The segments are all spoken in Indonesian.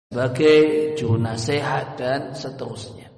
sebagai juru nasihat dan seterusnya.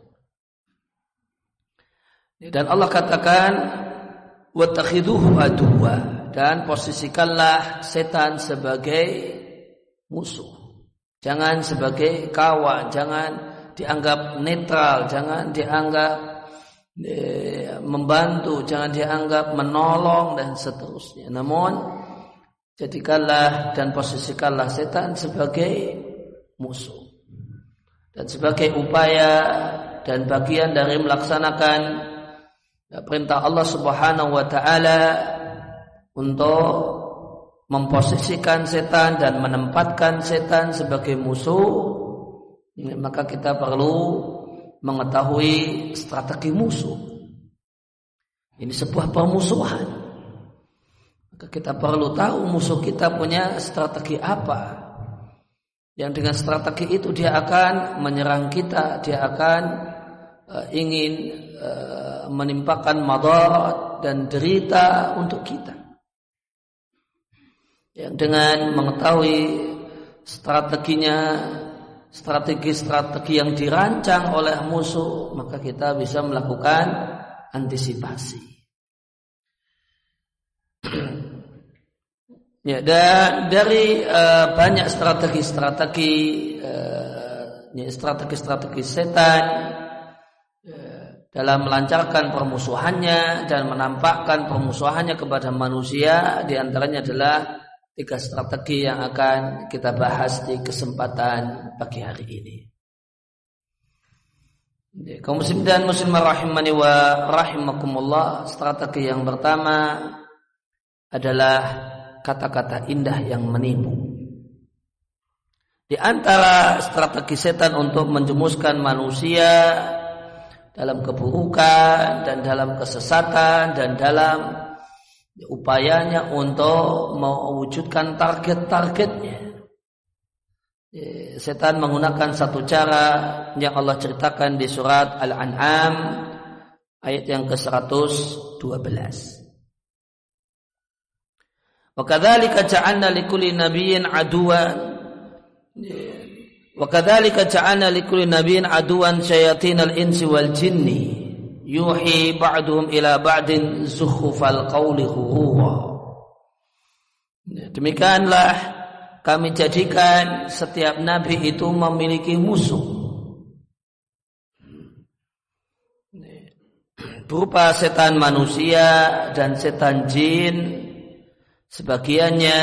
Dan Allah katakan wattakhiduhu aduwwa, dan posisikanlah setan sebagai musuh. Jangan sebagai kawan, jangan dianggap netral, jangan dianggap membantu, jangan dianggap menolong dan seterusnya. Namun jadikanlah dan posisikanlah setan sebagai musuh. Dan sebagai upaya dan bagian dari melaksanakan perintah Allah Subhanahu wa taala untuk memposisikan setan dan menempatkan setan sebagai musuh, maka kita perlu mengetahui strategi musuh. Ini sebuah permusuhan. Maka kita perlu tahu musuh kita punya strategi apa. Yang dengan strategi itu dia akan menyerang kita, dia akan ingin menimpakan madarat dan derita untuk kita. Yang dengan mengetahui strateginya, strategi-strategi yang dirancang oleh musuh, maka kita bisa melakukan antisipasi. Ya, dan dari banyak strategi setan dalam melancarkan permusuhannya dan menampakkan permusuhannya kepada manusia, di antaranya adalah 3 strategi yang akan kita bahas di kesempatan pagi hari ini. Kaum muslim dan muslimah rahimani wa rahimakumullah, strategi yang pertama adalah kata-kata indah yang menipu. Di antara strategi setan untuk menjemuskan manusia dalam keburukan dan dalam kesesatan dan dalam upayanya untuk mewujudkan target-targetnya, setan menggunakan satu cara yang Allah ceritakan di surat Al-An'am ayat yang ke-112. Wa kadzalika ja'alna likulli nabiyyin aduwan syayatinal insi wal jinni yuhi ba'duhum ila ba'din zukhrufal qawli ghurura. Demikianlah kami jadikan setiap nabi itu memiliki musuh berupa setan manusia dan setan jin. Sebagiannya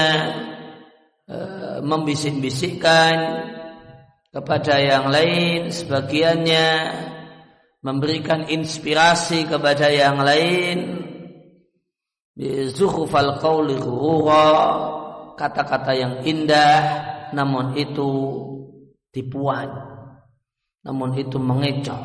membisik-bisikkan kepada yang lain, sebagiannya memberikan inspirasi kepada yang lain. Zukhrufal qawli ghurura, kata-kata yang indah namun itu tipuan, namun itu mengecoh.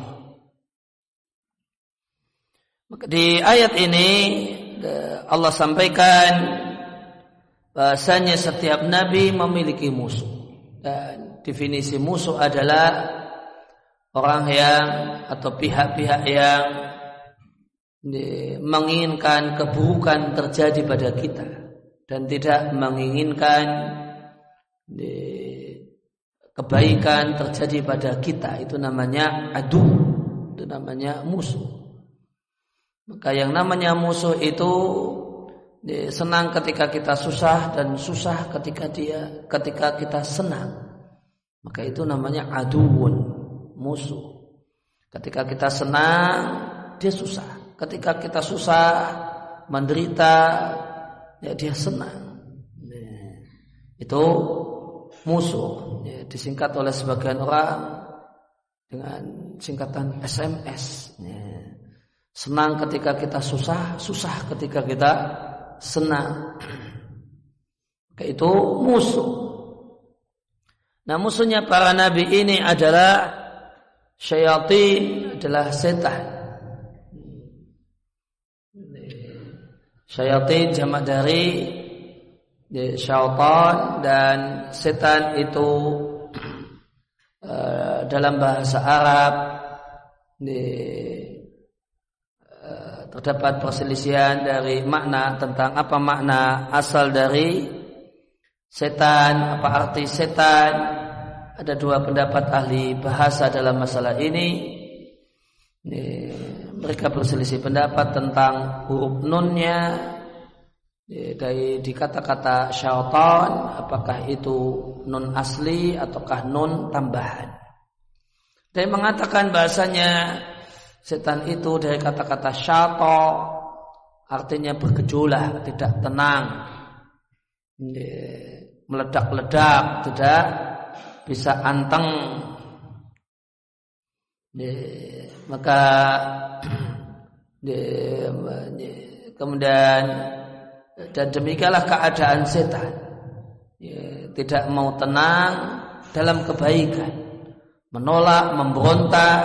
Maka di ayat ini Allah sampaikan bahasanya setiap nabi memiliki musuh, dan definisi musuh adalah orang yang atau pihak-pihak yang menginginkan keburukan terjadi pada kita dan tidak menginginkan kebaikan terjadi pada kita. Itu namanya adu, itu namanya musuh. Maka yang namanya musuh itu senang ketika kita susah dan susah ketika kita senang. Maka itu namanya aduun, musuh. Ketika kita senang, dia susah. Ketika kita susah, menderita, ya dia senang. Itu musuh. Ya, disingkat oleh sebagian orang dengan singkatan SMS. Ya. Senang ketika kita susah, susah ketika kita senang. Itu musuh. Nah, musuhnya para nabi ini adalah syayatin, adalah setan. Syayatin jamak dari syaitan, dan setan itu dalam bahasa Arab terdapat perselisihan dari makna tentang apa makna asal dari setan, apa arti setan. ada dua pendapat ahli bahasa dalam masalah ini. Mereka berselisih pendapat tentang huruf nunnya di kata-kata syaitan, apakah itu nun asli ataukah nun tambahan. Dia mengatakan bahasanya setan itu dari kata-kata syaitan, artinya bergejolak, tidak tenang, meledak-ledak, tidak bisa anteng. Maka kemudian dan demikianlah keadaan setan, tidak mau tenang dalam kebaikan, menolak, memberontak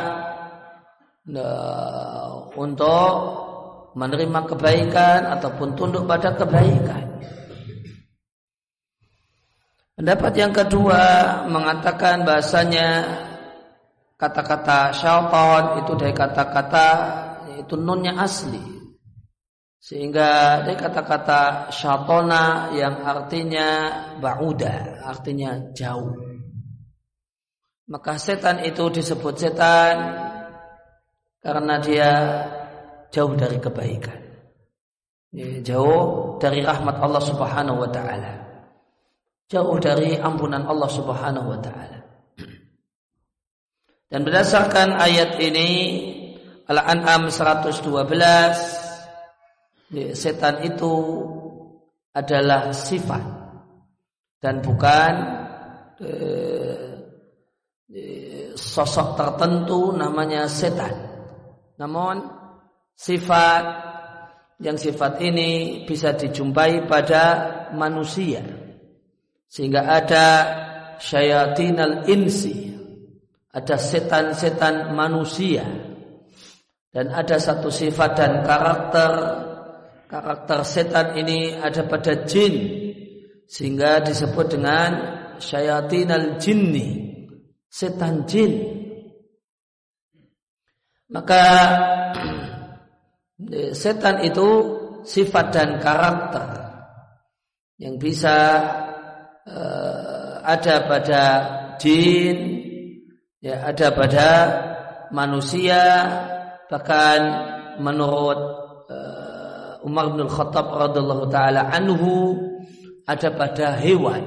untuk menerima kebaikan ataupun tunduk pada kebaikan. Pendapat yang kedua mengatakan bahasanya kata-kata syaitan itu dari kata-kata itu nunnya asli, sehingga dari kata-kata syaitona yang artinya ba'uda, artinya jauh. Maka setan itu disebut setan karena dia jauh dari kebaikan, jauh dari rahmat Allah Subhanahu wa ta'ala, jauh dari ampunan Allah Subhanahu wa ta'ala. Dan berdasarkan ayat ini Al-An'am 112, setan itu adalah sifat dan bukan sosok tertentu namanya setan. Namun sifat yang sifat ini bisa dijumpai pada manusia, sehingga ada syayatinal insi, ada setan-setan manusia, dan ada satu sifat dan karakter setan ini ada pada jin, sehingga disebut dengan syayatinal jinni, setan jin. Maka setan itu sifat dan karakter yang bisa ada pada jin, ya, ada pada manusia. Bahkan menurut Umar bin Khattab radhiyallahu taala anhu ada pada hewan.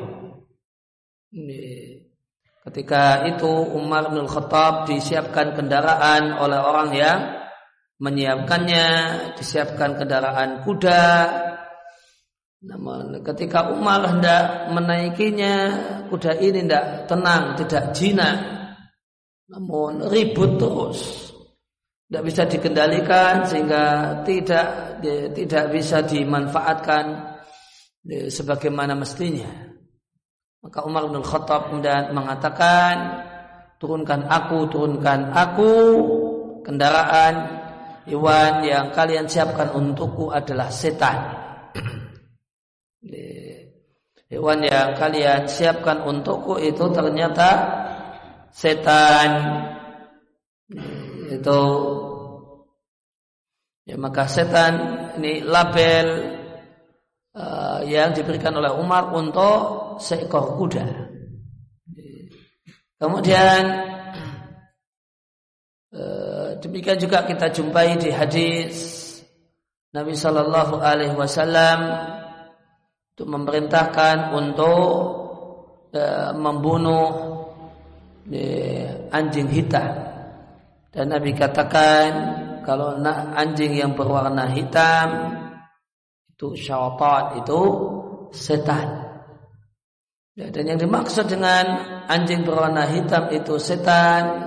Ketika itu Umar bin Khattab disiapkan kendaraan oleh orang yang menyiapkannya, disiapkan kendaraan kuda. Namun ketika Umar hendak menaikinya, kuda ini tidak tenang, tidak jinak, namun ribut terus, tidak bisa dikendalikan, sehingga tidak bisa dimanfaatkan sebagaimana mestinya. Maka Umar bin Khattab kemudian mengatakan, turunkan aku, kendaraan hewan yang kalian siapkan untukku adalah setan. Hewan yang kalian siapkan untukku itu ternyata setan. Itu ya, maka setan ini label yang diberikan oleh Umar untuk seekor kuda. Kemudian demikian juga kita jumpai di hadis Nabi Sallallahu Alaihi Wasallam untuk memerintahkan untuk membunuh anjing hitam, dan Nabi katakan kalau anjing yang berwarna hitam itu syaitan, itu setan. Dan yang dimaksud dengan anjing berwarna hitam itu setan,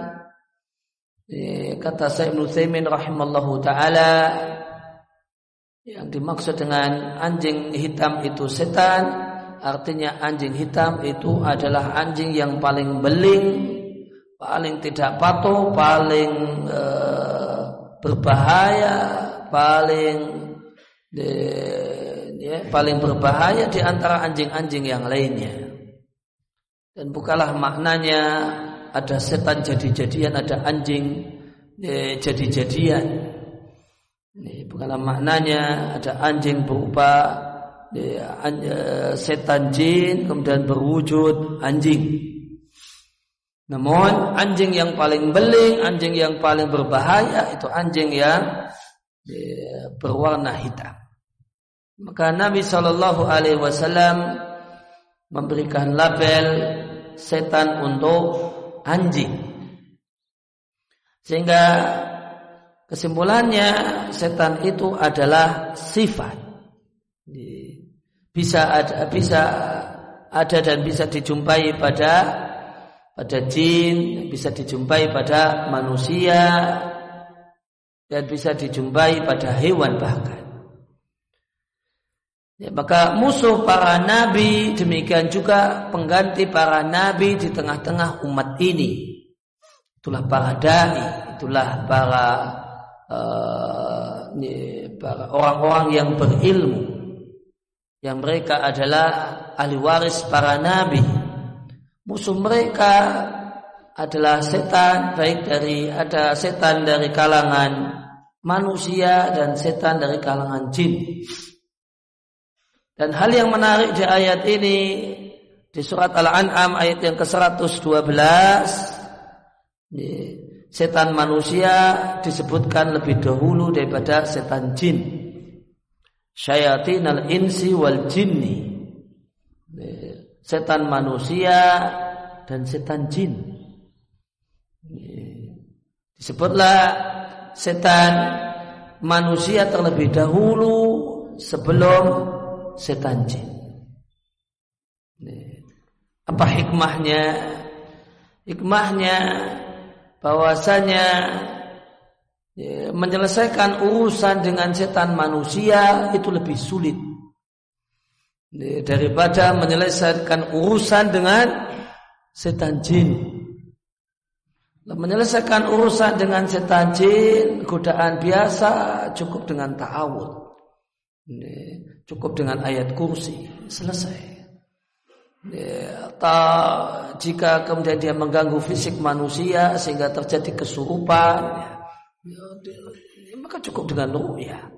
kata Syekh Ibnu Utsaimin rahimallahu taala, yang dimaksud dengan anjing hitam itu setan, artinya anjing hitam itu adalah anjing yang paling beling, paling tidak patuh, paling berbahaya, paling berbahaya di antara anjing-anjing yang lainnya. Dan bukanlah maknanya ada setan jadi-jadian, ada anjing jadi-jadian. Bukanlah maknanya ada anjing berupa setan jin kemudian berwujud anjing. Namun anjing yang paling beling, anjing yang paling berbahaya itu anjing yang berwarna hitam. Maka Nabi Shallallahu Alaihi Wasallam memberikan label setan untuk anjing, sehingga kesimpulannya setan itu adalah sifat, bisa ada dan bisa dijumpai pada jin, bisa dijumpai pada manusia, dan bisa dijumpai pada hewan bahkan. Ya, maka musuh para nabi, demikian juga pengganti para nabi di tengah-tengah umat ini. Itulah para dai, itulah para orang-orang yang berilmu, yang mereka adalah ahli waris para nabi. Musuh mereka adalah setan, baik ada setan dari kalangan manusia dan setan dari kalangan jin. Dan hal yang menarik di ayat ini, di surat Al-An'am ayat yang ke-112, setan manusia disebutkan lebih dahulu daripada setan jin. Syayatinal insi wal jinni. Setan manusia dan setan jin. Disebutlah setan manusia terlebih dahulu sebelum setan jin. Apa hikmahnya? Hikmahnya bahwasanya menyelesaikan urusan dengan setan manusia itu lebih sulit daripada menyelesaikan urusan dengan setan jin. Menyelesaikan urusan dengan setan jin, godaan biasa, cukup dengan ta'awud, cukup dengan ayat kursi, selesai. Atau jika kemudian dia mengganggu fisik manusia sehingga terjadi kesurupan, maka cukup dengan ru'yah,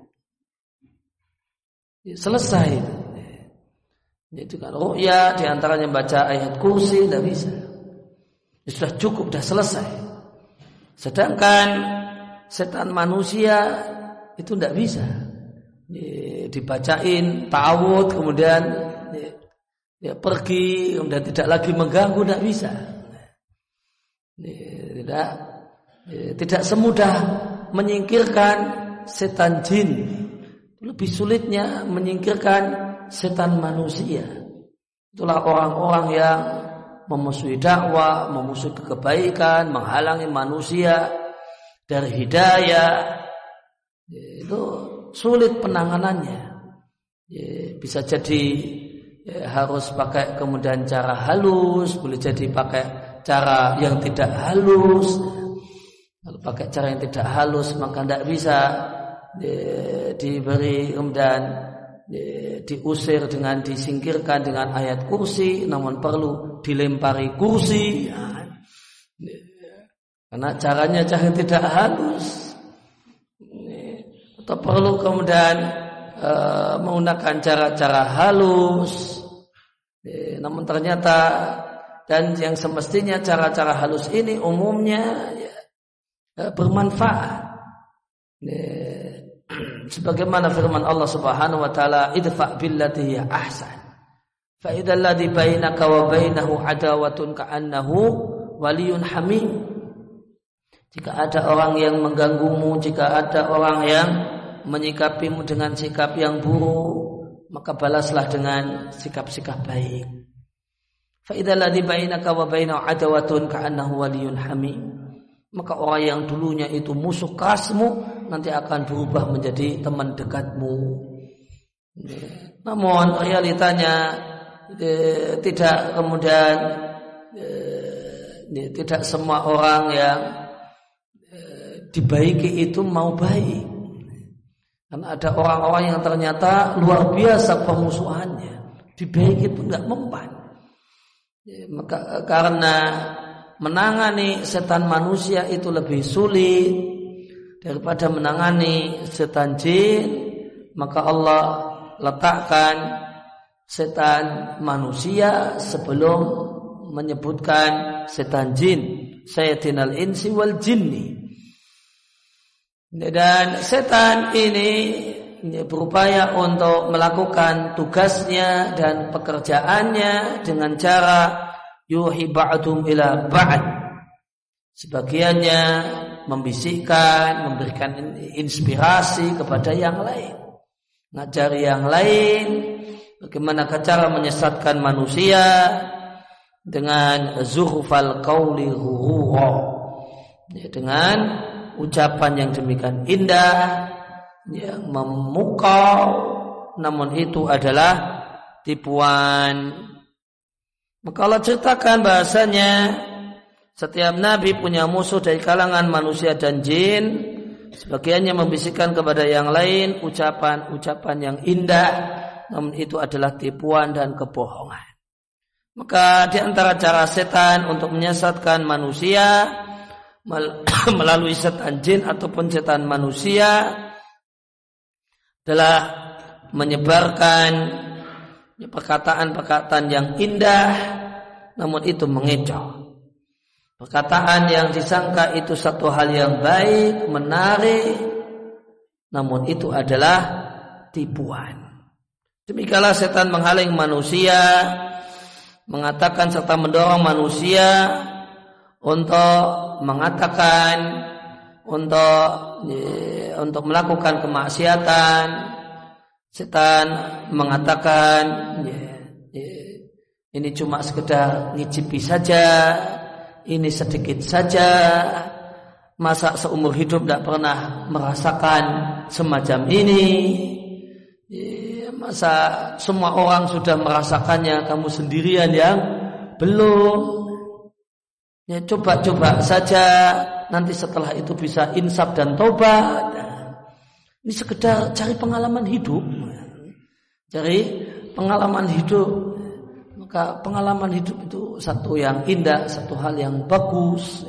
selesai. Itu kan ru'yah, diantaranya baca ayat kursi, tidak bisa. Sudah cukup, sudah selesai. Sedangkan setan manusia itu tidak bisa. Dibacain ta'awud, kemudian dia pergi, kemudian tidak lagi mengganggu, tidak bisa. Tidak semudah menyingkirkan setan jin. Lebih sulitnya menyingkirkan setan manusia. Itulah orang-orang yang memusuhi dakwah, memusuhi kebaikan, menghalangi manusia dari hidayah. Itu sulit penanganannya. Bisa jadi harus pakai kemudian cara halus, boleh jadi pakai cara yang tidak halus. Kalau pakai cara yang tidak halus maka tidak bisa diberi kemudian diusir dengan disingkirkan dengan ayat kursi, namun perlu dilempari kursi, karena caranya cara tidak halus. Atau perlu kemudian menggunakan cara-cara halus, namun ternyata dan yang semestinya cara-cara halus ini umumnya bermanfaat. Sebagaimana firman Allah Subhanahu wa taala, idfa' billati hiya ahsan fa idzal ladzi bainaka wa bainahu adawatun ka'annahu waliyyun hamim. Jika ada orang yang mengganggumu, jika ada orang yang menyikapimu dengan sikap yang buruk, maka balaslah dengan sikap-sikap baik. Fa idzal ladzi bainaka wa bainahu adawatun ka'annahu waliyyun hamim. Maka orang yang dulunya itu musuh kerasmu nanti akan berubah menjadi teman dekatmu. Namun realitanya tidak kemudian tidak semua orang yang dibaiki itu mau baik. Karena ada orang-orang yang ternyata luar biasa pemusuhannya, dibaiki itu enggak mempan. Maka karena menangani setan manusia itu lebih sulit daripada menangani setan jin, maka Allah letakkan setan manusia sebelum menyebutkan setan jin, sayatinal insi wal jinni. Dan setan ini berupaya untuk melakukan tugasnya dan pekerjaannya dengan cara yuhi ba'dum ila ba'd. Sebagiannya membisikkan, memberikan inspirasi kepada yang lain, ngajari yang lain bagaimana cara menyesatkan manusia dengan zuhrufal qauli ghurura, dengan ucapan yang demikian indah, yang memukau, namun itu adalah tipuan. Maka Allah ceritakan bahasanya setiap nabi punya musuh dari kalangan manusia dan jin. Sebagiannya membisikkan kepada yang lain ucapan-ucapan yang indah, namun itu adalah tipuan dan kebohongan. Maka di antara cara setan untuk menyesatkan manusia melalui setan jin ataupun setan manusia adalah menyebarkan perkataan-perkataan yang indah, namun itu mengecoh. Perkataan yang disangka itu satu hal yang baik, menarik, namun itu adalah tipuan. Demikianlah setan menghalang manusia, mengatakan serta mendorong manusia untuk mengatakan, untuk melakukan kemaksiatan. Setan mengatakan ini cuma sekedar ngicipi saja, ini sedikit saja, masa seumur hidup tidak pernah merasakan semacam ini, masa semua orang sudah merasakannya, kamu sendirian yang belum. Ya, coba-coba saja, nanti setelah itu bisa insaf dan tobat. Ini sekedar cari pengalaman hidup. Cari pengalaman hidup. Maka pengalaman hidup itu satu yang indah, satu hal yang bagus.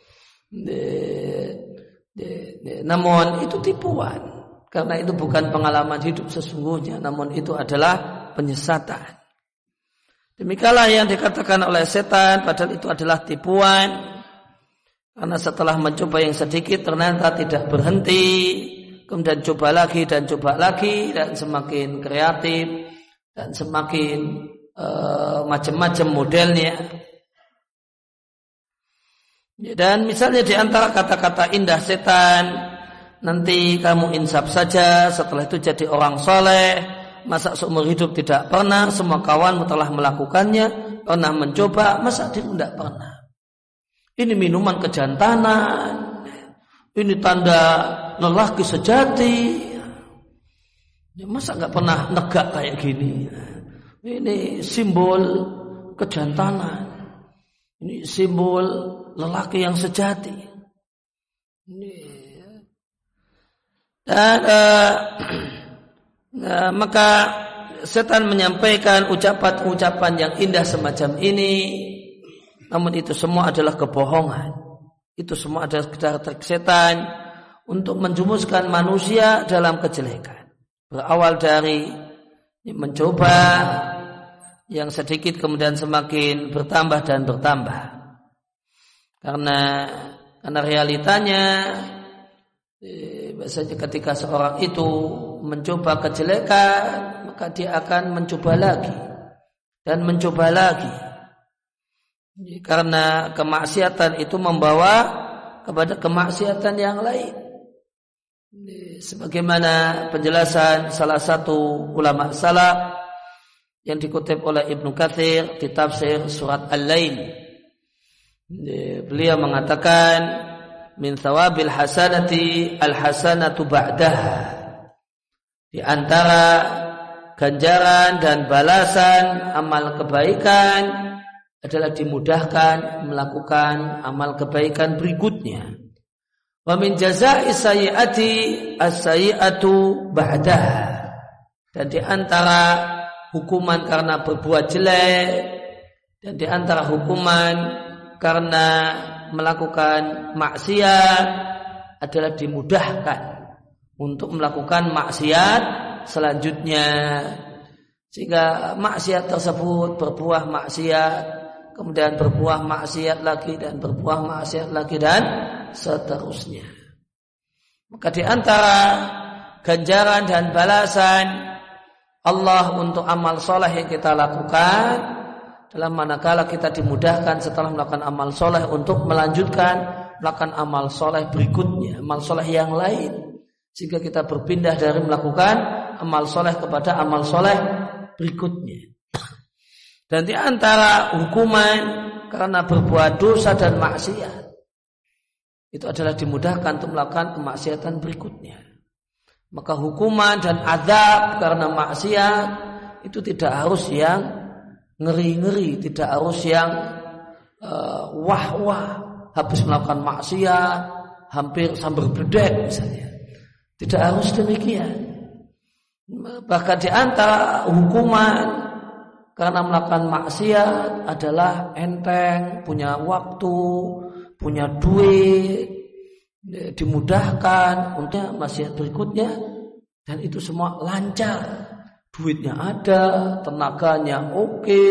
Namun itu tipuan. Karena itu bukan pengalaman hidup sesungguhnya, namun itu adalah penyesatan. Demikianlah yang dikatakan oleh setan, padahal itu adalah tipuan. Karena setelah mencoba yang sedikit ternyata tidak berhenti, kemudian coba lagi dan semakin kreatif dan semakin macam-macam modelnya. Dan misalnya di antara kata-kata indah setan, nanti kamu insaf saja, setelah itu jadi orang soleh. Masa seumur hidup tidak pernah, semua kawanmu telah melakukannya, pernah mencoba, masa dia tidak pernah. Ini minuman kejantanan, ini tanda lelaki sejati. Masa nggak pernah negak kayak gini? Ini simbol kejantanan, ini simbol lelaki yang sejati. Dan maka setan menyampaikan ucapan-ucapan yang indah semacam ini, namun itu semua adalah kebohongan. Itu semua adalah sekedar trik setan untuk menjumuskan manusia dalam kejelekan. Berawal dari mencoba yang sedikit kemudian semakin bertambah dan bertambah. Karena realitanya biasanya ketika seorang itu mencoba kejelekan, maka dia akan mencoba lagi dan mencoba lagi. Karena kemaksiatan itu membawa kepada kemaksiatan yang lain. Sebagaimana penjelasan salah satu ulama salaf yang dikutip oleh Ibnu Katsir di tafsir surat Al-Lail. Beliau mengatakan min thawabil hasanati al-hasanatu ba'daha. Di antara ganjaran dan balasan amal kebaikan adalah dimudahkan melakukan amal kebaikan berikutnya. Wa min jazaa'i sayyi'ati as-sayyi'atu ba'daha. Dan di antara hukuman karena berbuat jelek dan di antara hukuman karena melakukan maksiat adalah dimudahkan untuk melakukan maksiat selanjutnya, sehingga maksiat tersebut berbuah maksiat kemudian berbuah maksiat lagi dan berbuah maksiat lagi dan seterusnya. Maka di antara ganjaran dan balasan Allah untuk amal soleh yang kita lakukan dalam manakala kita dimudahkan setelah melakukan amal soleh untuk melanjutkan melakukan amal soleh berikutnya, amal soleh yang lain, sehingga kita berpindah dari melakukan amal soleh kepada amal soleh berikutnya. Dan di antara hukuman karena berbuat dosa dan maksiat itu adalah dimudahkan untuk melakukan kemaksiatan berikutnya. Maka hukuman dan azab karena maksiat itu tidak harus yang ngeri-ngeri, tidak harus yang wah-wah, habis melakukan maksiat hampir sambar bedek misalnya. Tidak harus demikian. Bahkan di antara hukuman karena melakukan maksiat adalah enteng, punya waktu, punya duit, dimudahkan untuk maksiat berikutnya, dan itu semua lancar. Duitnya ada, tenaganya oke,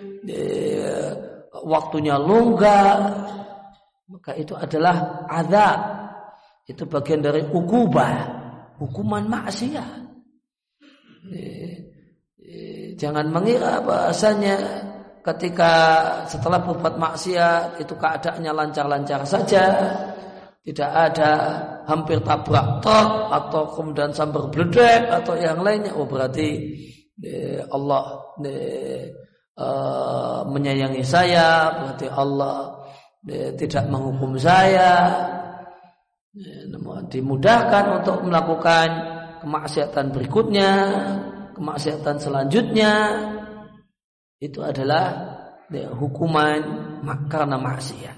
waktunya longgar, maka itu adalah azab. Itu bagian dari ukubah, hukuman maksiat. Jangan mengira bahasanya ketika setelah berbuat maksiat itu keadaannya lancar-lancar saja, tidak ada hampir tabrak truk atau kemudian sambar bledek atau yang lainnya. Oh berarti Allah menyayangi saya, berarti Allah tidak menghukum saya. Namun dimudahkan untuk melakukan kemaksiatan berikutnya, kemaksiatan selanjutnya, itu adalah hukuman karena maksiat.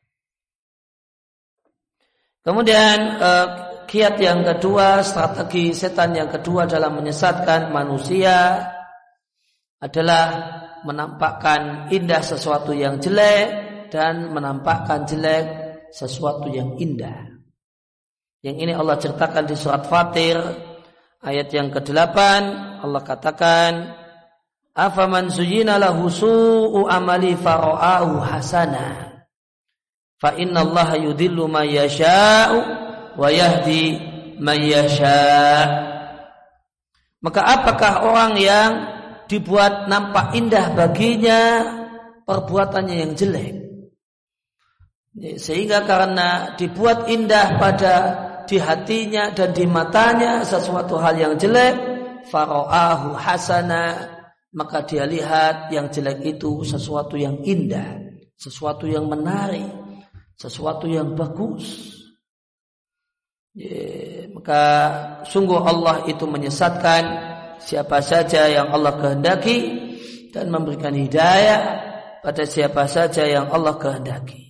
Kemudian kiat yang kedua, strategi setan yang kedua dalam menyesatkan manusia adalah menampakkan indah sesuatu yang jelek dan menampakkan jelek sesuatu yang indah. Yang ini Allah ceritakan di surat Fatir ayat yang ke-8. Allah katakan, afaman zuyyina lahu su'u amali fara'ahu hasana fa innallaha yudhillu man yasha'u wa yahdi man yasha'. Maka apakah orang yang dibuat nampak indah baginya perbuatannya yang jelek, sehingga karena dibuat indah pada di hatinya dan di matanya sesuatu hal yang jelek, fara'ahu hasana, maka dia lihat yang jelek itu sesuatu yang indah, sesuatu yang menarik, sesuatu yang bagus. Maka sungguh Allah itu menyesatkan siapa saja yang Allah kehendaki dan memberikan hidayah pada siapa saja yang Allah kehendaki.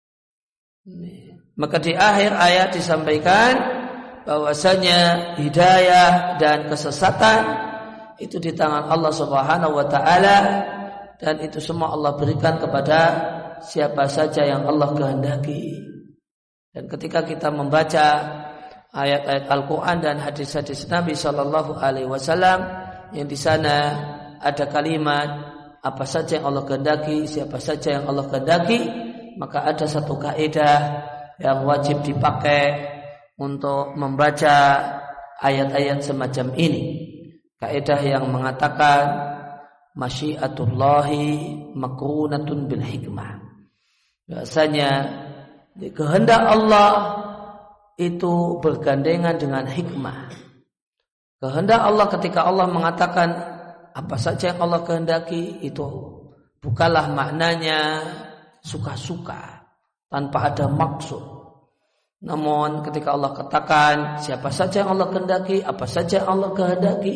Maka di akhir ayat disampaikan bahwasanya hidayah dan kesesatan itu di tangan Allah Subhanahu wa taala, dan itu semua Allah berikan kepada siapa saja yang Allah kehendaki. Dan ketika kita membaca ayat-ayat Al-Qur'an dan hadis-hadis Nabi sallallahu alaihi wasallam yang di sana ada kalimat apa saja yang Allah kehendaki, siapa saja yang Allah kehendaki, maka ada satu kaidah yang wajib dipakai untuk membaca ayat-ayat semacam ini. Kaidah yang mengatakan masyiatullahi makrunatun bil hikmah. Biasanya kehendak Allah itu bergandengan dengan hikmah. Kehendak Allah ketika Allah mengatakan apa saja yang Allah kehendaki, itu bukanlah maknanya suka-suka tanpa ada maksud. Namun ketika Allah katakan siapa saja yang Allah kehendaki, apa saja yang Allah kehendaki,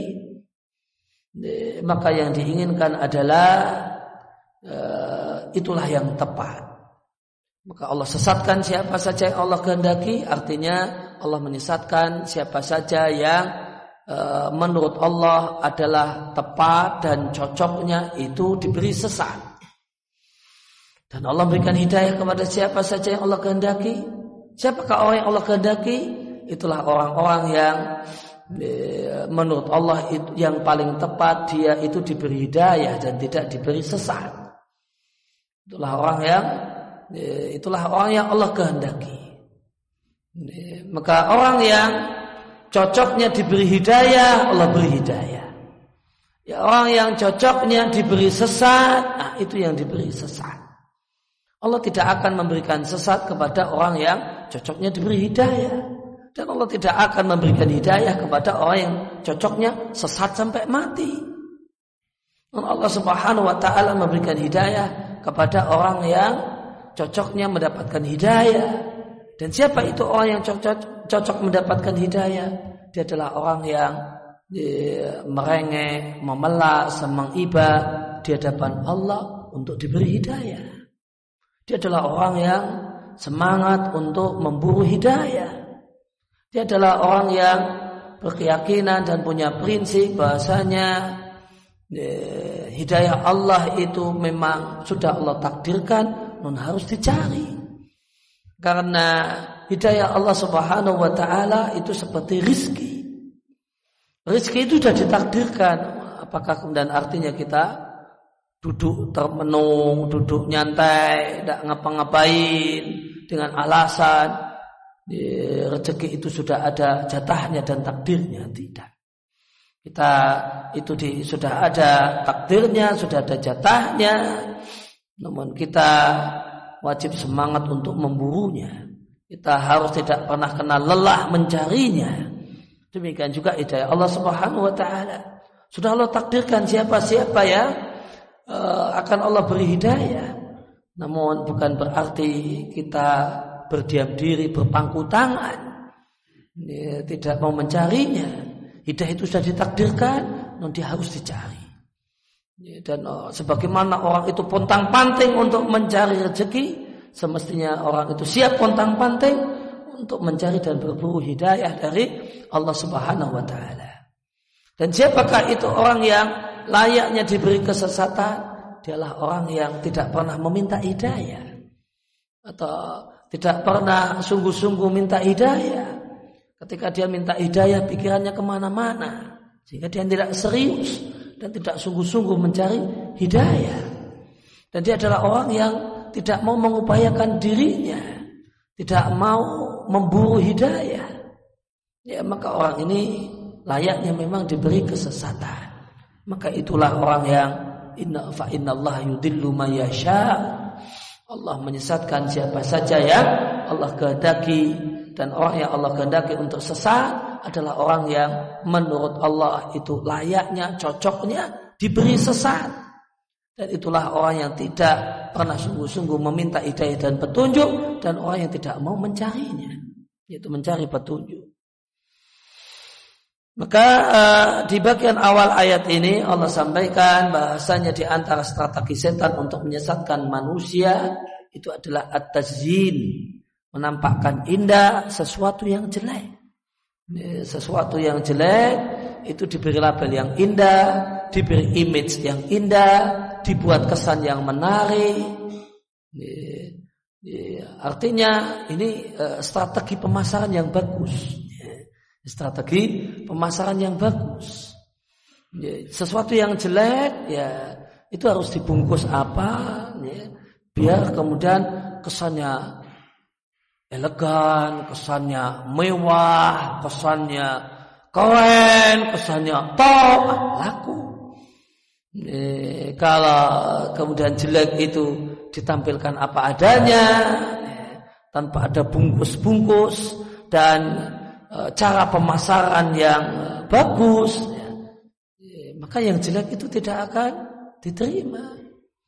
maka yang diinginkan adalah itulah yang tepat. Maka Allah sesatkan siapa saja yang Allah kehendaki, artinya Allah menyesatkan siapa saja yang menurut Allah adalah tepat dan cocoknya itu diberi sesat. Dan Allah berikan hidayah kepada siapa saja yang Allah kehendaki. Siapakah orang yang Allah kehendaki? Itulah orang-orang yang menurut Allah itu yang paling tepat, dia itu diberi hidayah dan tidak diberi sesat. Itulah orang yang Allah kehendaki. Maka orang yang cocoknya diberi hidayah, Allah beri hidayah. Ya, orang yang cocoknya diberi sesat, itu yang diberi sesat. Allah tidak akan memberikan sesat kepada orang yang cocoknya diberi hidayah. Dan Allah tidak akan memberikan hidayah kepada orang yang cocoknya sesat sampai mati. Dan Allah Subhanahu wa ta'ala memberikan hidayah kepada orang yang cocoknya mendapatkan hidayah. Dan siapa itu orang yang cocok mendapatkan hidayah? Dia adalah orang yang merengek, memelas, mengibah di hadapan Allah untuk diberi hidayah. Dia adalah orang yang semangat untuk memburu hidayah. Dia adalah orang yang berkeyakinan dan punya prinsip bahasanya hidayah Allah itu memang sudah Allah takdirkan, non harus dicari. Karena hidayah Allah Subhanahu wa ta'ala itu seperti rizki. Rizki itu sudah ditakdirkan. Apakah kemudian artinya kita duduk termenung, duduk nyantai, tidak ngapa-ngapain dengan alasan rezeki itu sudah ada jatahnya dan takdirnya? Tidak. Kita itu sudah ada takdirnya, sudah ada jatahnya. Namun kita wajib semangat untuk memburunya. Kita harus tidak pernah kenal lelah mencarinya. Demikian juga hidayah Allah Subhanahu wa ta'ala. Sudah Allah takdirkan siapa-siapa ya akan Allah beri hidayah. Namun bukan berarti kita berdiam diri, berpangku tangan, tidak mau mencarinya. Hidayah itu sudah ditakdirkan, nanti harus dicari. Dan sebagaimana orang itu pontang-panting untuk mencari rezeki, semestinya orang itu siap pontang-panting untuk mencari dan berburu hidayah dari Allah Subhanahu wa ta'ala. Dan siapakah itu orang yang layaknya diberi kesesatan? Dialah orang yang tidak pernah meminta hidayah, atau tidak pernah sungguh-sungguh minta hidayah. Ketika dia minta hidayah, pikirannya kemana-mana, sehingga dia tidak serius dan tidak sungguh-sungguh mencari hidayah. Dan dia adalah orang yang tidak mau mengupayakan dirinya, tidak mau memburu hidayah. Ya, maka orang ini layaknya memang diberi kesesatan. Maka itulah orang yang innallaha yudillu man yasha. Allah menyesatkan siapa saja yang Allah kehendaki, dan orang yang Allah kehendaki untuk sesat adalah orang yang menurut Allah itu layaknya, cocoknya diberi sesat. Dan itulah orang yang tidak pernah sungguh-sungguh meminta hidayah dan petunjuk, dan orang yang tidak mau mencarinya, yaitu mencari petunjuk. Maka di bagian awal ayat ini Allah sampaikan bahasanya di antara strategi setan untuk menyesatkan manusia itu adalah at-tazyin, menampakkan indah sesuatu yang jelek. Sesuatu yang jelek itu diberi label yang indah, diberi image yang indah, dibuat kesan yang menarik. Artinya ini strategi pemasaran yang bagus. Strategi pemasaran yang bagus. Sesuatu yang jelek ya itu harus dibungkus apa ya, biar kemudian kesannya elegan, kesannya mewah, kesannya keren, kesannya top, laku. Kalau kemudian jelek itu ditampilkan apa adanya, tanpa ada bungkus-bungkus dan cara pemasaran yang bagus, maka yang jelek itu tidak akan diterima.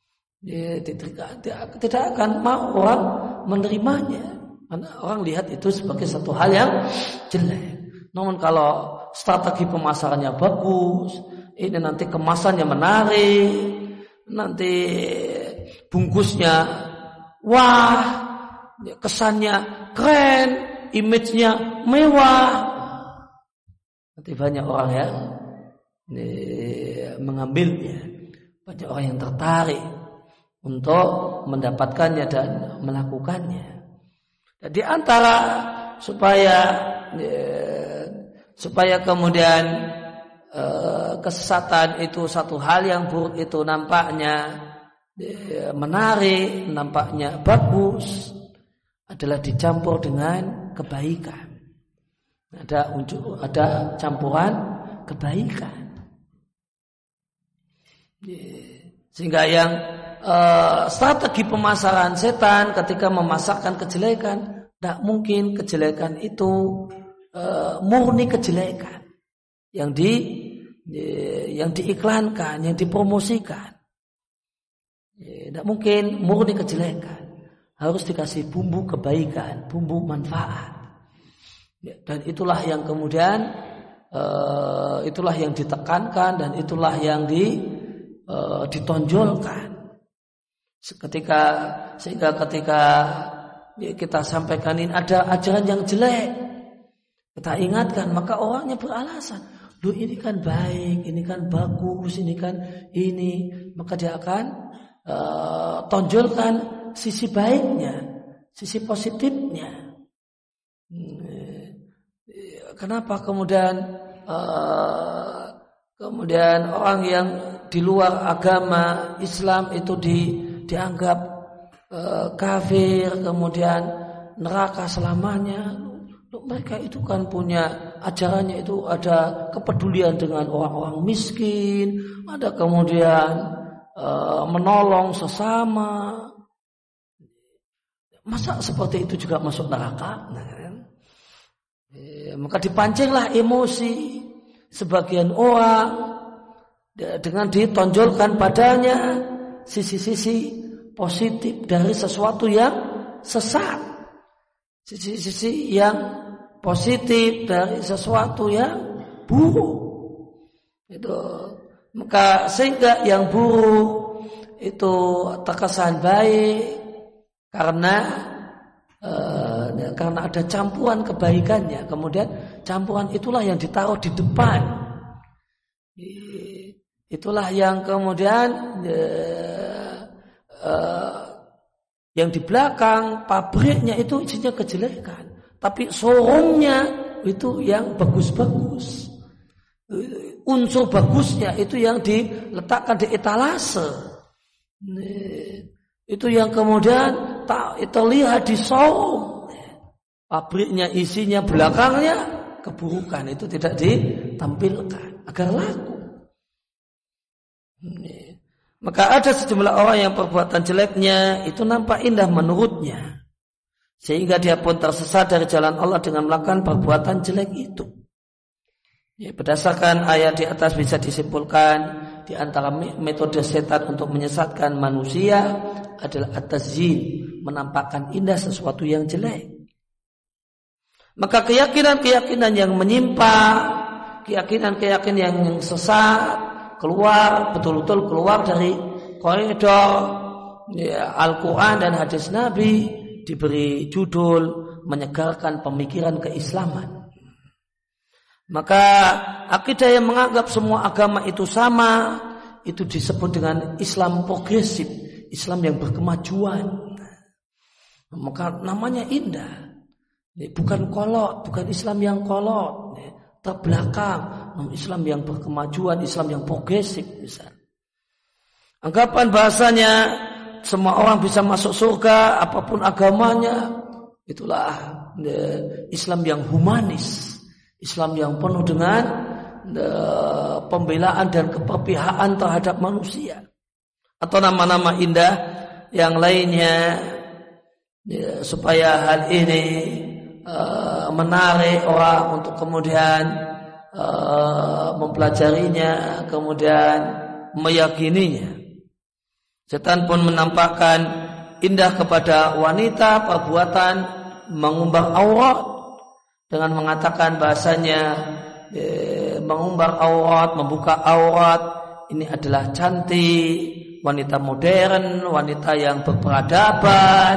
Tidak akan mau orang menerimanya, karena orang lihat itu sebagai satu hal yang jelek. Namun kalau strategi pemasarannya bagus, ini nanti kemasannya menarik, nanti bungkusnya wah, kesannya keren, image-nya mewah, nanti banyak orang yang mengambilnya, banyak orang yang tertarik untuk mendapatkannya dan melakukannya. Dan di antara supaya kemudian kesesatan itu satu hal yang buruk itu nampaknya menarik, nampaknya bagus adalah dicampur dengan kebaikan. Ada campuran kebaikan. Sehingga yang strategi pemasaran setan ketika memasarkan kejelekan, tidak mungkin kejelekan itu murni kejelekan yang diiklankan, yang dipromosikan. Tidak mungkin murni kejelekan. Harus dikasih bumbu kebaikan, bumbu manfaat. Dan itulah yang kemudian itulah yang ditekankan dan itulah yang ditonjolkan. Sehingga ketika kita sampaikan ini ada ajaran yang jelek, kita ingatkan, maka orangnya beralasan, "Duh, ini kan baik, ini kan bagus, ini kan ini." Maka dia akan tonjolkan sisi baiknya, sisi positifnya. Kenapa kemudian orang yang di luar agama Islam itu dianggap kafir, kemudian neraka selamanya? Mereka itu kan punya ajarannya itu ada kepedulian dengan orang-orang miskin, ada kemudian menolong sesama. Masa seperti itu juga masuk neraka? Maka dipancinglah emosi sebagian orang dengan ditonjolkan padanya sisi-sisi positif dari sesuatu yang sesat, sisi-sisi yang positif dari sesuatu yang buruk. Itu maka sehingga yang buruk itu terkesan baik karena ada campuran kebaikannya. Kemudian campuran itulah yang ditaruh di depan. Itulah yang kemudian yang di belakang pabriknya itu isinya kejelekan, tapi showroomnya itu yang bagus-bagus. Unsur bagusnya itu yang diletakkan di etalase. Itu yang kemudian terlihat di showroom. Pabriknya isinya belakangnya keburukan, itu tidak ditampilkan agar laku. Maka ada sejumlah orang yang perbuatan jeleknya itu nampak indah menurutnya, sehingga dia pun tersesat dari jalan Allah dengan melakukan perbuatan jelek itu. Berdasarkan ayat di atas bisa disimpulkan di antara metode setan untuk menyesatkan manusia adalah at-tazyin, menampakkan indah sesuatu yang jelek. Maka keyakinan-keyakinan yang menyimpang, keyakinan-keyakinan yang sesat betul-betul keluar dari koridor Al-Quran dan hadis Nabi, diberi judul menyegarkan pemikiran keislaman. Maka akidah yang menganggap semua agama itu sama, itu disebut dengan Islam progresif, Islam yang berkemajuan. Maka namanya indah. Bukan kolot, bukan Islam yang kolot, terbelakang, Islam yang berkemajuan, Islam yang progresif. Misalnya. Anggapan bahasanya semua orang bisa masuk surga apapun agamanya, itulah Islam yang humanis, Islam yang penuh dengan pembelaan dan keperpihakan terhadap manusia. Atau nama-nama indah yang lainnya, supaya hal ini menarik orang untuk kemudian mempelajarinya, kemudian meyakininya. Setan pun menampakkan indah kepada wanita perbuatan mengumbar aurat dengan mengatakan bahasanya mengumbar aurat, membuka aurat ini adalah cantik, wanita modern, wanita yang berperadaban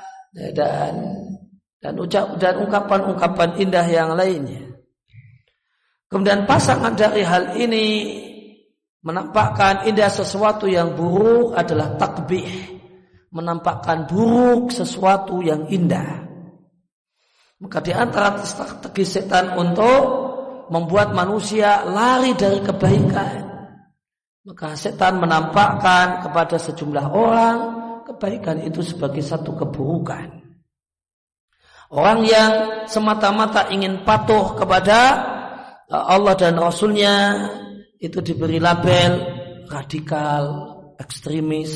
dan ungkapan-ungkapan indah yang lainnya. Kemudian pasangan dari hal ini menampakkan indah sesuatu yang buruk adalah takbih, menampakkan buruk sesuatu yang indah. Maka di antara strategi setan untuk membuat manusia lari dari kebaikan, Maka setan menampakkan kepada sejumlah orang kebaikan itu sebagai satu keburukan. Orang yang semata-mata ingin patuh kepada Allah dan Rasulnya itu diberi label radikal, ekstremis,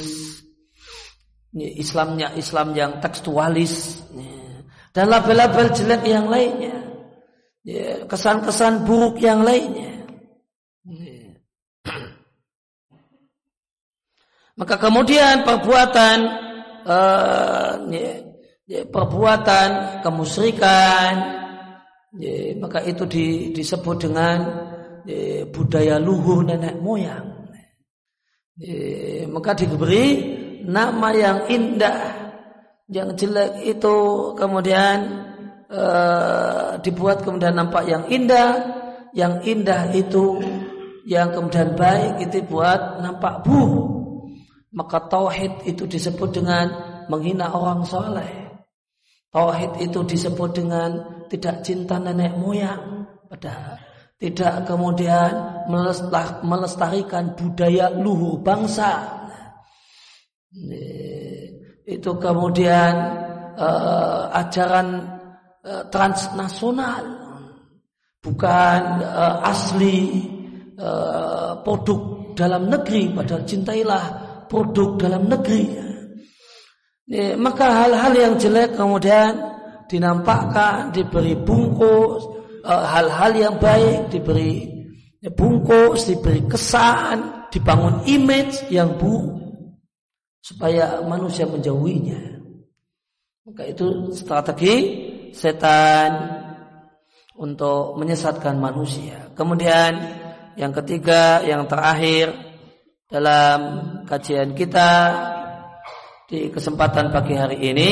Islam yang tekstualis, dan label-label jelek yang lainnya, kesan-kesan buruk yang lainnya. Maka kemudian perbuatan kemusyrikan, maka itu disebut dengan budaya luhur nenek moyang. Maka diberi nama yang indah, yang jelek itu kemudian dibuat kemudian nampak yang indah itu yang kemudian baik itu buat nampak buruk. Maka tauhid itu disebut dengan menghina orang soleh. Tauhid itu disebut dengan tidak cinta nenek moyang, padahal tidak kemudian melestarikan budaya luhur bangsa. Itu kemudian ajaran transnasional, bukan asli produk dalam negeri, padahal cintailah produk dalam negeri. Maka hal-hal yang jelek kemudian dinampakkan, diberi bungkus, hal-hal yang baik diberi bungkus, diberi kesan, dibangun image yang buruk supaya manusia menjauhinya. Maka itu strategi setan untuk menyesatkan manusia. Kemudian yang ketiga, yang terakhir dalam kajian kita di kesempatan pagi hari ini,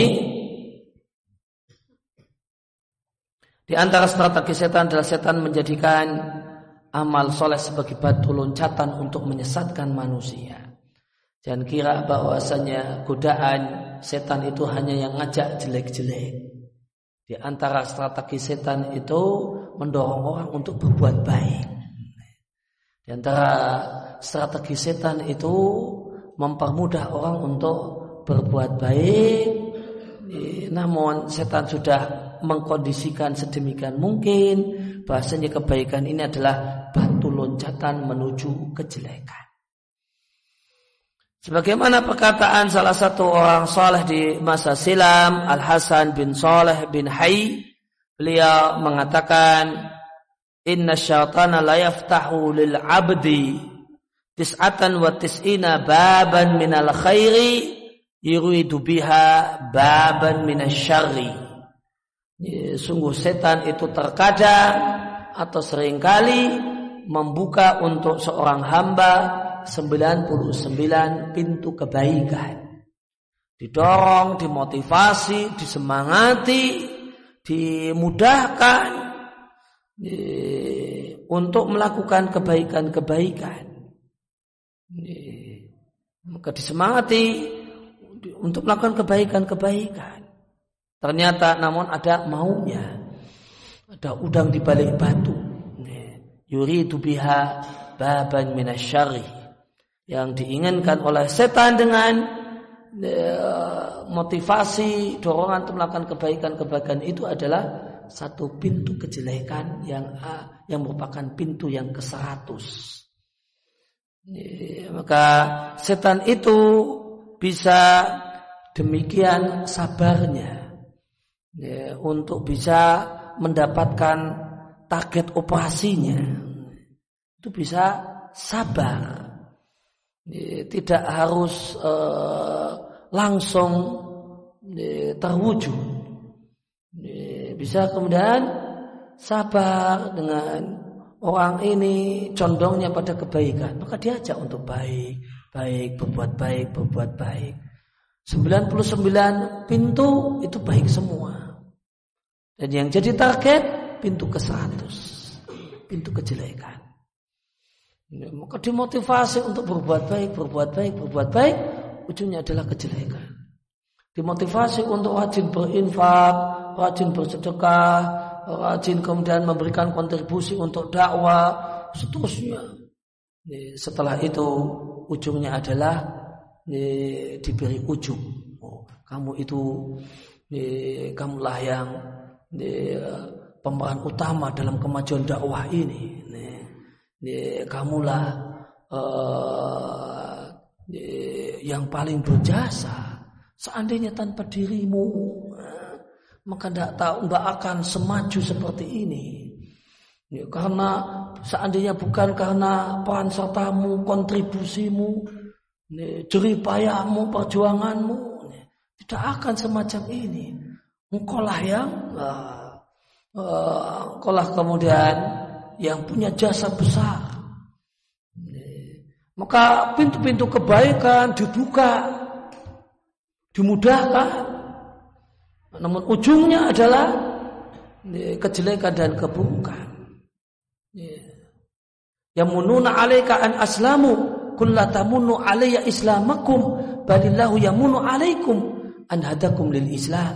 di antara strategi setan adalah setan menjadikan amal soleh sebagai batu loncatan untuk menyesatkan manusia. Jangan kira bahwasanya godaan setan itu hanya yang ngajak jelek-jelek. Di antara strategi setan itu mendorong orang untuk berbuat baik. Di antara strategi setan itu mempermudah orang untuk berbuat baik. Namun setan sudah mengkondisikan sedemikian mungkin bahasanya kebaikan ini adalah batu loncatan menuju kejelekan. Sebagaimana perkataan salah satu orang saleh di masa silam, Al-Hasan bin Saleh bin Hayy, beliau mengatakan, "Inna syaitana la yaftahu lil 'abdi tis'atan wa tis'ina baban minal khairi yuridu biha baban minasyarri." Sungguh setan itu terkadang atau seringkali membuka untuk seorang hamba 99 pintu kebaikan. Didorong, dimotivasi, disemangati, dimudahkan untuk melakukan kebaikan-kebaikan. Maka disemangati untuk melakukan kebaikan-kebaikan. Ternyata namun ada maunya, ada udang di balik batu. Yuridu biha baban minasyarri. Yang diinginkan oleh setan dengan motivasi, dorongan untuk melakukan kebaikan-kebaikan itu adalah satu pintu kejelekan yang merupakan pintu yang ke-100. Maka setan itu bisa demikian sabarnya untuk bisa mendapatkan target operasinya. Itu bisa sabar. Tidak harus langsung terwujud. Bisa kemudian sabar dengan orang ini condongnya pada kebaikan, maka diajak untuk baik, berbuat baik. 99 pintu itu baik semua. Dan yang jadi target pintu ke-100, pintu kejelekan. Maka dimotivasi untuk berbuat baik, ujungnya adalah kejelekan. Dimotivasi untuk rajin berinfak, rajin bersedekah, rajin kemudian memberikan kontribusi untuk dakwah, seterusnya. Setelah itu ujungnya adalah diberi ujub. Kamu itu kamulah yang pemeran utama dalam kemajuan dakwah ini. Kamulah yang paling berjasa. Seandainya tanpa dirimu, maka tidak akan semaju seperti ini. Karena seandainya bukan karena peran sertamu, kontribusimu, jeripayahmu, perjuanganmu, tidak akan semacam ini. Engkaulah kemudian yang punya jasa besar. Maka pintu-pintu kebaikan dibuka, dimudahkan. Namun ujungnya adalah kejelekan dan keburukan. Yamununa 'alaika an aslamu qul la tamunnu 'alayya islamakum balillahu yamunu 'alaikum an hadakum lil Islam.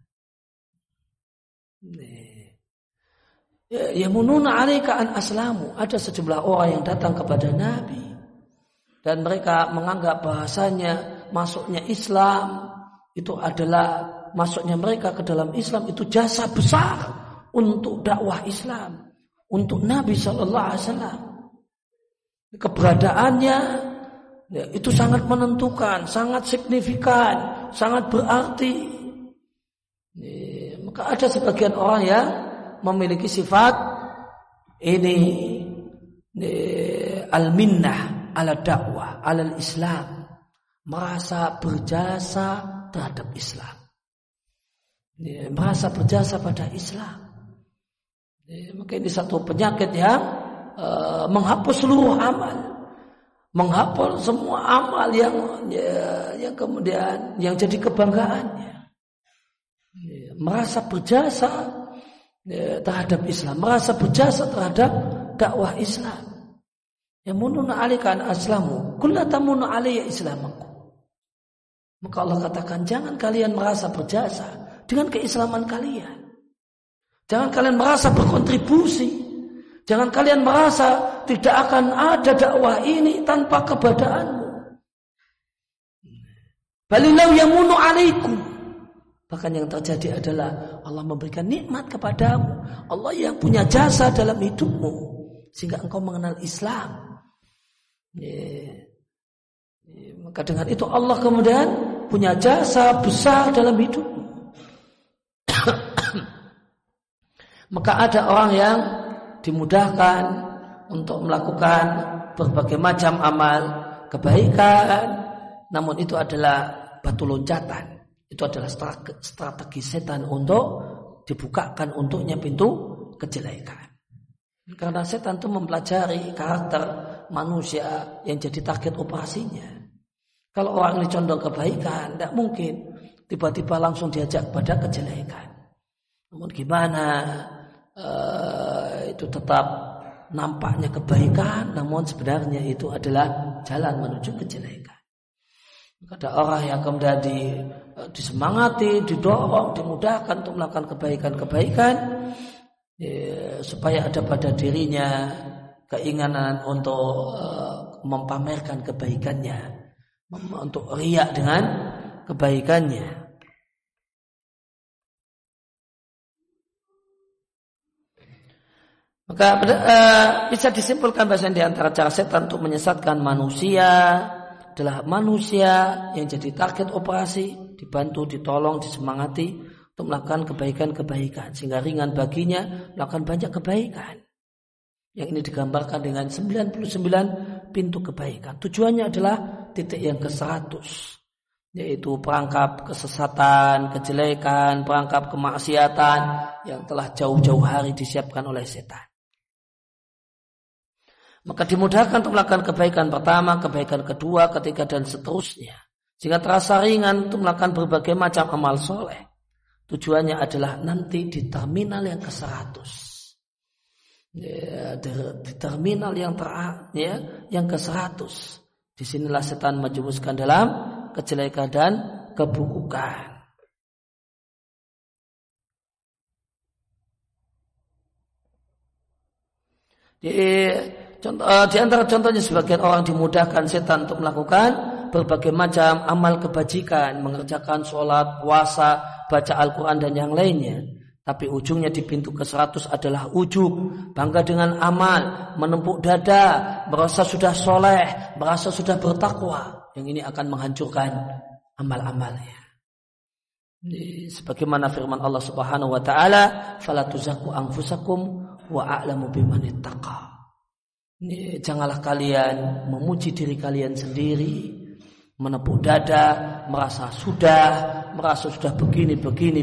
Yamununa 'alaika an aslamu, ada sejumlah orang yang datang kepada Nabi dan mereka menganggap bahasanya masuknya Islam itu adalah masuknya mereka ke dalam Islam itu jasa besar untuk dakwah Islam, untuk Nabi sallallahu alaihi wasallam. Keberadaannya itu sangat menentukan, sangat signifikan, sangat berarti. Maka ada sebagian orang yang memiliki sifat ini al-minnah ala dakwah, ala Islam, merasa berjasa terhadap Islam, merasa berjasa pada Islam. Maka ini satu penyakit yang menghapus seluruh amal, menghapus semua amal yang kemudian yang jadi kebanggaannya. Merasa berjasa terhadap Islam, merasa berjasa terhadap dakwah Islam. Yamununa 'alaika an aslamu qul la tamunnu 'alayya islamakum. Maka Allah katakan, jangan kalian merasa berjasa dengan keislaman kalian. Jangan kalian merasa berkontribusi. Jangan kalian merasa tidak akan ada dakwah ini tanpa keberadaanmu. Balillahu yamunu 'alaikum. Bahkan yang terjadi adalah Allah memberikan nikmat kepadamu. Allah yang punya jasa dalam hidupmu sehingga engkau mengenal Islam. Maka dengan itu Allah kemudian punya jasa besar dalam hidupmu. Maka ada orang yang dimudahkan untuk melakukan berbagai macam amal kebaikan, namun itu adalah batu loncatan. Itu adalah strategi setan untuk dibukakan untuknya pintu kejelekan. Karena setan itu mempelajari karakter manusia yang jadi target operasinya. Kalau orang ini condong kebaikan, tidak mungkin tiba-tiba langsung diajak pada kejelekan. Namun gimana itu tetap nampaknya kebaikan, namun sebenarnya itu adalah jalan menuju kejelekan. Ada orang yang kemudian disemangati, didorong, dimudahkan untuk melakukan kebaikan-kebaikan, supaya ada pada dirinya keinginan untuk memamerkan kebaikannya, untuk riak dengan kebaikannya. Maka bisa disimpulkan bahasanya di antara cara setan untuk menyesatkan manusia adalah manusia yang jadi target operasi, dibantu, ditolong, disemangati untuk melakukan kebaikan-kebaikan sehingga ringan baginya melakukan banyak kebaikan. Yang ini digambarkan dengan 99 pintu kebaikan. Tujuannya adalah titik yang ke-100, yaitu perangkap kesesatan, kejelekan, perangkap kemaksiatan yang telah jauh-jauh hari disiapkan oleh setan. Maka dimudahkan untuk melakukan kebaikan pertama, kebaikan kedua, ketiga, dan seterusnya. Sehingga terasa ringan untuk melakukan berbagai macam amal soleh. Tujuannya adalah nanti di terminal yang ke-100. Di terminal yang yang ke-100. Disinilah setan menjerumuskan dalam kejelekan dan keburukan. Di antara contohnya sebagian orang dimudahkan setan untuk melakukan berbagai macam amal kebajikan, mengerjakan sholat, puasa, baca Al-Quran dan yang lainnya. Tapi ujungnya di pintu ke-100 adalah ujub, bangga dengan amal, menempuk dada, merasa sudah soleh, merasa sudah bertakwa. Yang ini akan menghancurkan amal-amalnya. Sebagaimana firman Allah Subhanahu wa taala, "Fala tuzakku anfusakum wa a'lamu biman ittaqa." Janganlah kalian memuji diri kalian sendiri, menepuk dada, merasa sudah begini,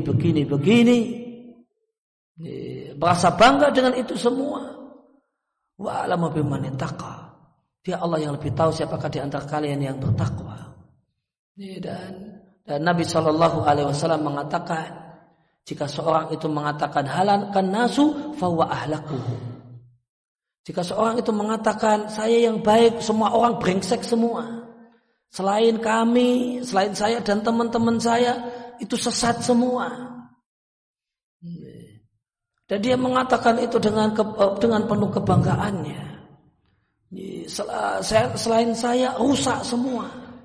merasa bangga dengan itu semua. Wa a'lamu biman ittaqa. Dia Allah yang lebih tahu siapakah di antara kalian yang bertakwa. Dan Nabi Shallallahu Alaihi Wasallam mengatakan, jika seorang itu mengatakan halakan nasu, fawa ahlakuhu. Jika seorang itu mengatakan saya yang baik, semua orang brengsek semua. Selain kami, selain saya dan teman-teman saya itu sesat semua. Dan dia mengatakan itu dengan penuh kebanggaannya. Selain saya rusak semua.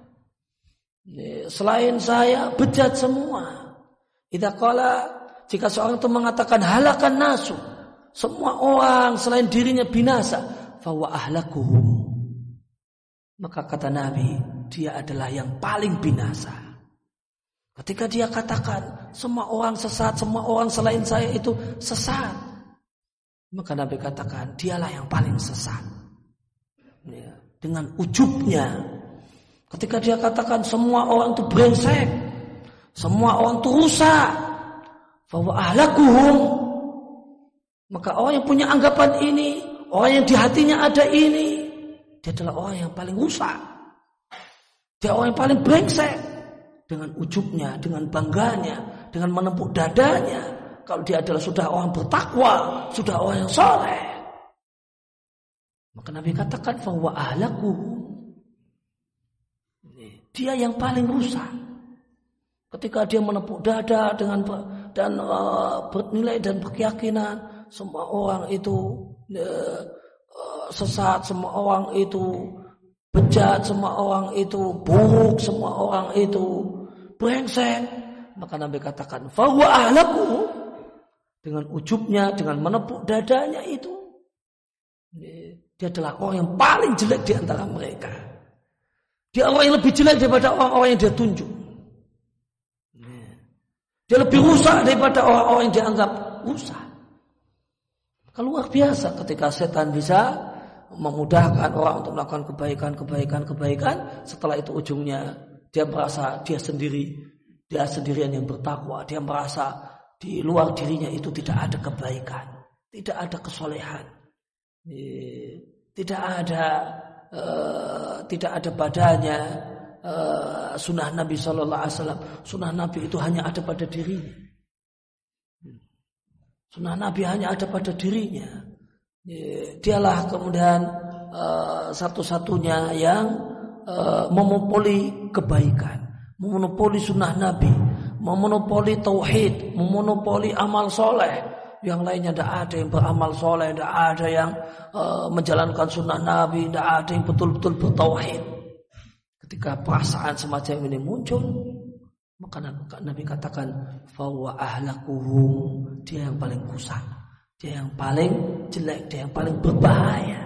Selain saya bejat semua. Jika seorang itu mengatakan halakan nasu, semua orang selain dirinya binasa, fawa ahlakuhum. Maka kata Nabi, dia adalah yang paling binasa. Ketika dia katakan semua orang sesat, semua orang selain saya itu sesat, maka Nabi katakan dialah yang paling sesat. Dengan ujubnya, ketika dia katakan semua orang itu brengsek, semua orang itu rusak, fawa ahlakuhum. Maka orang yang punya anggapan ini, orang yang di hatinya ada ini, dia adalah orang yang paling rusak. Dia orang yang paling brengsek. Dengan ujubnya, dengan bangganya, dengan menempuk dadanya. Kalau dia adalah sudah orang bertakwa, sudah orang yang soleh. Maka Nabi katakan, fahuwa ahlaku. Dia yang paling rusak. Ketika dia menepuk dada dan bernilai dan berkeyakinan, semua orang itu sesat, semua orang itu bejat, semua orang itu buruk, semua orang itu brengsek. Maka Nabi katakan, fahuwa ahlaku. Dengan ujubnya, dengan menepuk dadanya itu, dia adalah orang yang paling jelek di antara mereka. Dia orang yang lebih jelek daripada orang-orang yang dia tunjuk. Dia lebih rusak daripada orang-orang yang dianggap rusak. Luar biasa ketika setan bisa memudahkan orang untuk melakukan kebaikan. Setelah itu ujungnya dia merasa dia sendirian yang bertakwa. Dia merasa di luar dirinya itu tidak ada kebaikan, tidak ada kesolehan, tidak ada padanya sunnah Nabi Sallallahu Alaihi Wasallam. Sunnah Nabi itu hanya ada pada dirinya. Sunnah Nabi hanya ada pada dirinya. Dialah kemudian satu-satunya yang memonopoli kebaikan, memonopoli sunnah Nabi, memonopoli tauhid, memonopoli amal soleh. Yang lainnya tidak ada yang beramal soleh, tidak ada yang menjalankan sunnah Nabi, tidak ada yang betul-betul bertauhid. Ketika perasaan semacam ini muncul, maka Nabi katakan, fahuwa ahlakuhum. Dia yang paling rusak, dia yang paling jelek, dia yang paling berbahaya.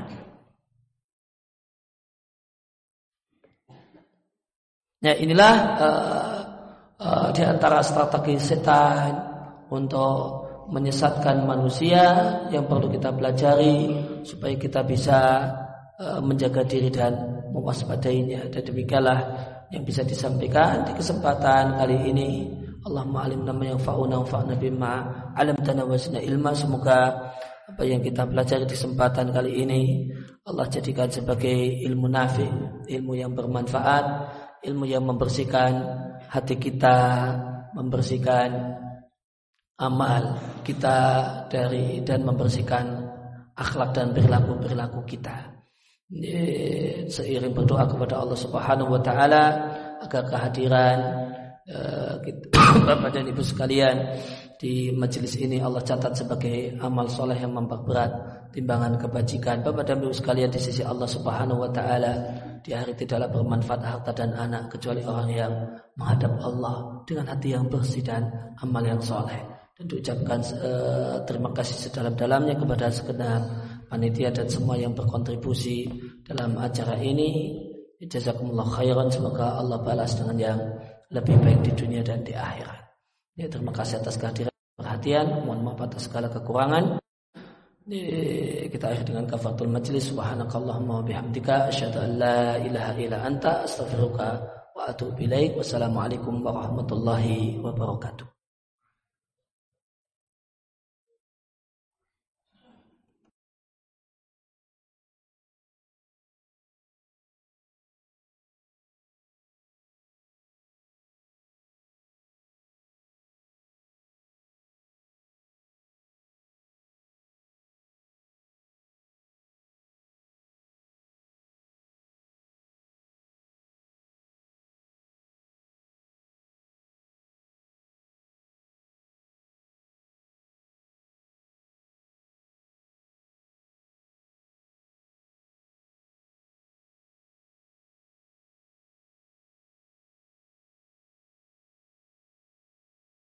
Ya, inilah di antara strategi setan untuk menyesatkan manusia yang perlu kita pelajari supaya kita bisa menjaga diri dan mewaspadainya. Dan demikianlah yang bisa disampaikan di kesempatan kali ini. Allahumma alimna ma yanfa'una wanfa'na bima 'allamtana wa zidna ilma. Semoga apa yang kita pelajari di kesempatan kali ini Allah jadikan sebagai ilmu nafi', ilmu yang bermanfaat, ilmu yang membersihkan hati kita, membersihkan amal kita dan membersihkan akhlak dan perilaku kita. Seiring berdoa kepada Allah Subhanahu wa taala agar kehadiran Bapak dan Ibu sekalian di majelis ini Allah catat sebagai amal soleh yang memperberat timbangan kebajikan Bapak dan Ibu sekalian di sisi Allah Subhanahu wa taala. Di hari tidaklah bermanfaat harta dan anak kecuali orang yang menghadap Allah dengan hati yang bersih dan amal yang soleh. Dan diucapkan terima kasih sedalam-dalamnya kepada segenap panitia dan semua yang berkontribusi dalam acara ini. Jazakumullah khairan, semoga Allah balas dengan yang lebih baik di dunia dan di akhirat. Ya, terima kasih atas kehadiran perhatian. Mohon maaf atas segala kekurangan. Kita akhir dengan kafaratul majlis. Subhanakallahumma wa bihamdika asyhadu an la ilaha illa anta astaghfiruka wa atubu ilaik. Wassalamualaikum warahmatullahi wabarakatuh.